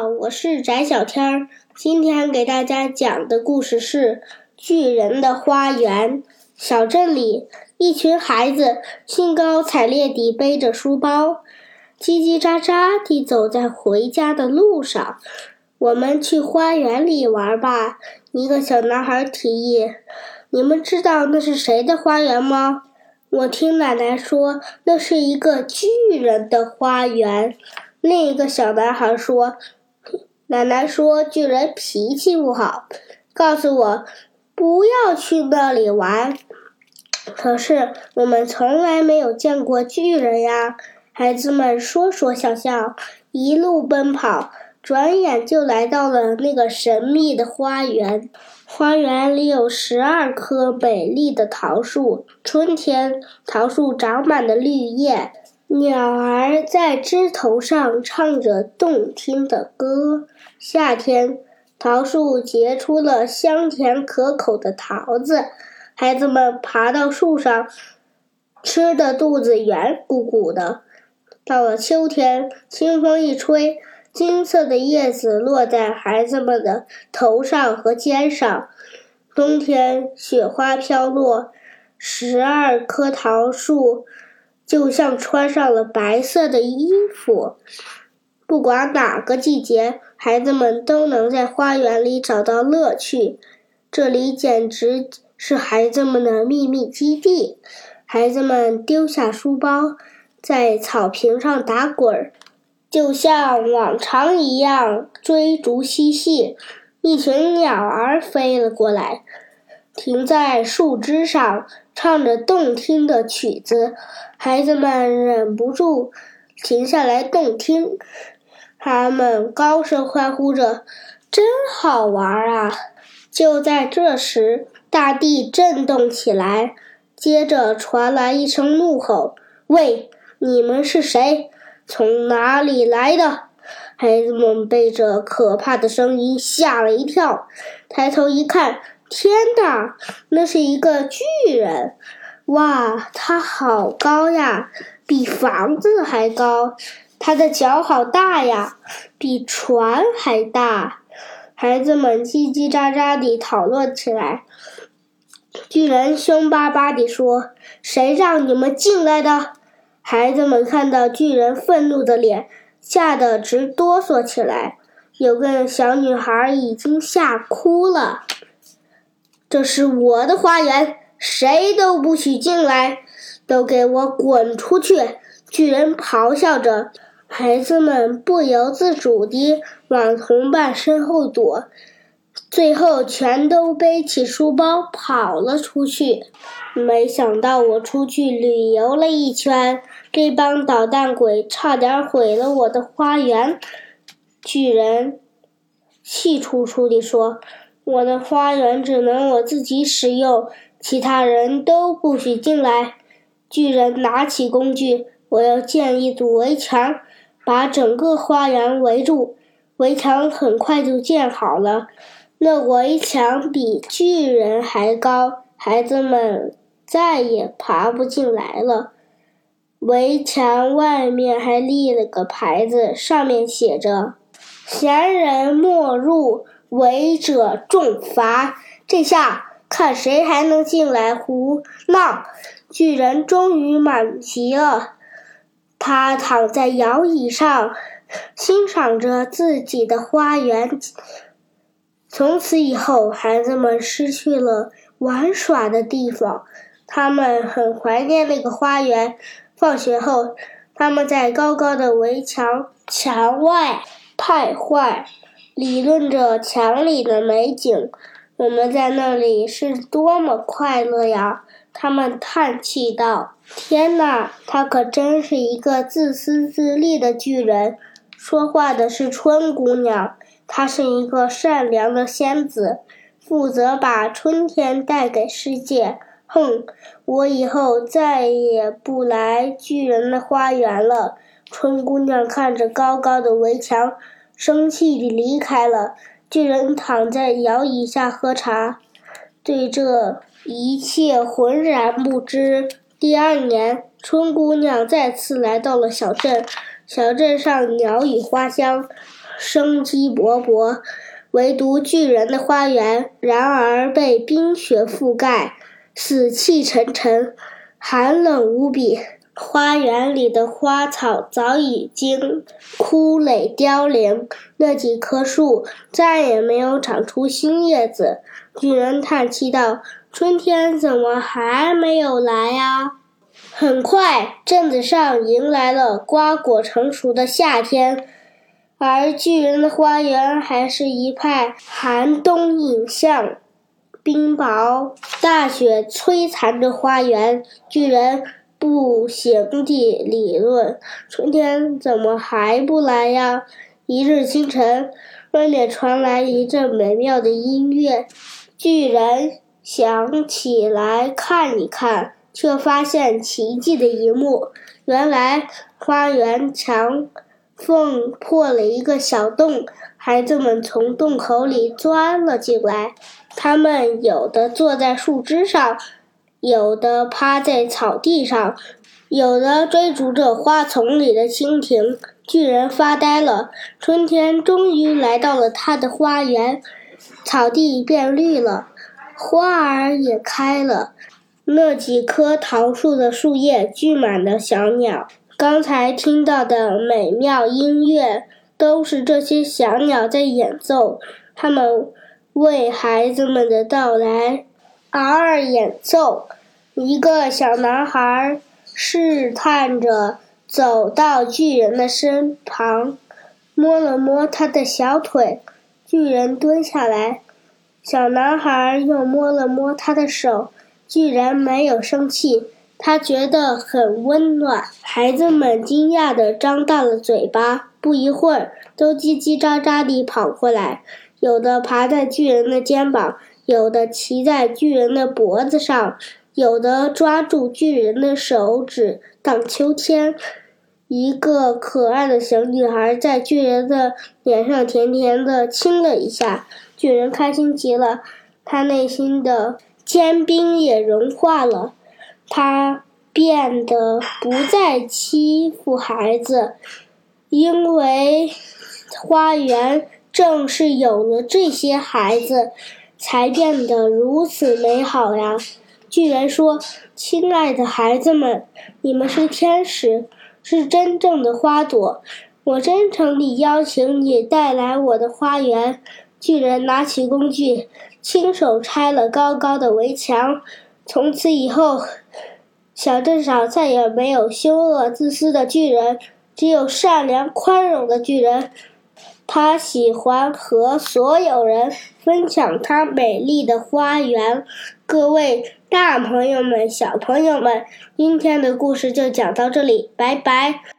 好，我是翟小天儿。今天给大家讲的故事是巨人的花园。小镇里，一群孩子兴高采烈地背着书包，叽叽喳喳地走在回家的路上。我们去花园里玩吧，一个小男孩提议。你们知道那是谁的花园吗？我听奶奶说，那是一个巨人的花园。另一个小男孩说，奶奶说巨人脾气不好，告诉我不要去那里玩。可是我们从来没有见过巨人呀！孩子们说说笑笑，一路奔跑，转眼就来到了那个神秘的花园。花园里有12棵美丽的桃树，春天桃树长满了绿叶，鸟儿在枝头上唱着动听的歌。夏天，桃树结出了香甜可口的桃子，孩子们爬到树上，吃的肚子圆鼓鼓的。到了秋天，清风一吹，金色的叶子落在孩子们的头上和肩上。冬天，雪花飘落，12棵桃树就像穿上了白色的衣服。不管哪个季节，孩子们都能在花园里找到乐趣。这里简直是孩子们的秘密基地。孩子们丢下书包，在草坪上打滚，就像往常一样追逐嬉戏。一群鸟儿飞了过来，停在树枝上，唱着动听的曲子。孩子们忍不住停下来动听，他们高声欢呼着，真好玩啊！就在这时，大地震动起来，接着传来一声怒吼：喂，你们是谁？从哪里来的？孩子们被这可怕的声音吓了一跳，抬头一看，天哪，那是一个巨人！哇，他好高呀，比房子还高，他的脚好大呀，比船还大。孩子们叽叽喳喳地讨论起来。巨人凶巴巴地说，谁让你们进来的？孩子们看到巨人愤怒的脸，吓得直哆嗦起来。有个小女孩已经吓哭了。这是我的花园，谁都不许进来，都给我滚出去！巨人咆哮着。孩子们不由自主地往同伴身后躲，最后全都背起书包跑了出去。没想到我出去旅游了一圈，这帮捣蛋鬼差点毁了我的花园。巨人气楚楚地说，我的花园只能我自己使用，其他人都不许进来。巨人拿起工具，我要建一堵围墙，把整个花园围住。围墙很快就建好了，那围墙比巨人还高，孩子们再也爬不进来了。围墙外面还立了个牌子，上面写着，闲人莫入，违者重罚。这下看谁还能进来胡闹。巨人终于满级了，他躺在摇椅上，欣赏着自己的花园。从此以后，孩子们失去了玩耍的地方，他们很怀念那个花园。放学后，他们在高高的围墙外徘徊，理论着墙里的美景。我们在那里是多么快乐呀！他们叹气道，天哪，他可真是一个自私自利的巨人。说话的是春姑娘，她是一个善良的仙子，负责把春天带给世界。我以后再也不来巨人的花园了。春姑娘看着高高的围墙，生气地离开了。巨人躺在摇椅下喝茶，对这一切浑然不知。第2年，春姑娘再次来到了小镇，小镇上鸟语花香， 生机勃勃。唯独巨人的花园，然而被冰雪覆盖，死气沉沉，寒冷无比。花园里的花草早已经枯萎凋零，那几棵树再也没有长出新叶子。巨人叹气道：“春天怎么还没有来呀？”很快，镇子上迎来了瓜果成熟的夏天，而巨人的花园还是一派寒冬影像，冰雹、大雪摧残着花园。巨人不行地理论：“春天怎么还不来呀？”一日清晨，外面传来一阵美妙的音乐。巨人想起来看一看，却发现奇迹的一幕。原来花园墙缝破了一个小洞，孩子们从洞口里钻了进来。他们有的坐在树枝上，有的趴在草地上，有的追逐着花丛里的蜻蜓。巨人发呆了，春天终于来到了他的花园，草地变绿了，花儿也开了。那几棵桃树的树叶聚满了小鸟，刚才听到的美妙音乐都是这些小鸟在演奏，它们为孩子们的到来而演奏。一个小男孩试探着走到巨人的身旁，摸了摸他的小腿。巨人蹲下来，小男孩又摸了摸他的手。巨人没有生气，他觉得很温暖。孩子们惊讶地张大了嘴巴，不一会儿都叽叽喳喳地跑过来，有的爬在巨人的肩膀，有的骑在巨人的脖子上，有的抓住巨人的手指荡秋千。一个可爱的小女孩在巨人的脸上甜甜地亲了一下，巨人开心极了，他内心的坚冰也融化了，他变得不再欺负孩子，因为花园正是有了这些孩子，才变得如此美好呀。巨人说：“亲爱的孩子们，你们是天使，是真正的花朵，我真诚地邀请你带来我的花园。”巨人拿起工具，亲手拆了高高的围墙。从此以后，小镇上再也没有凶恶自私的巨人，只有善良宽容的巨人。他喜欢和所有人分享他美丽的花园。各位大朋友们、小朋友们，今天的故事就讲到这里，拜拜。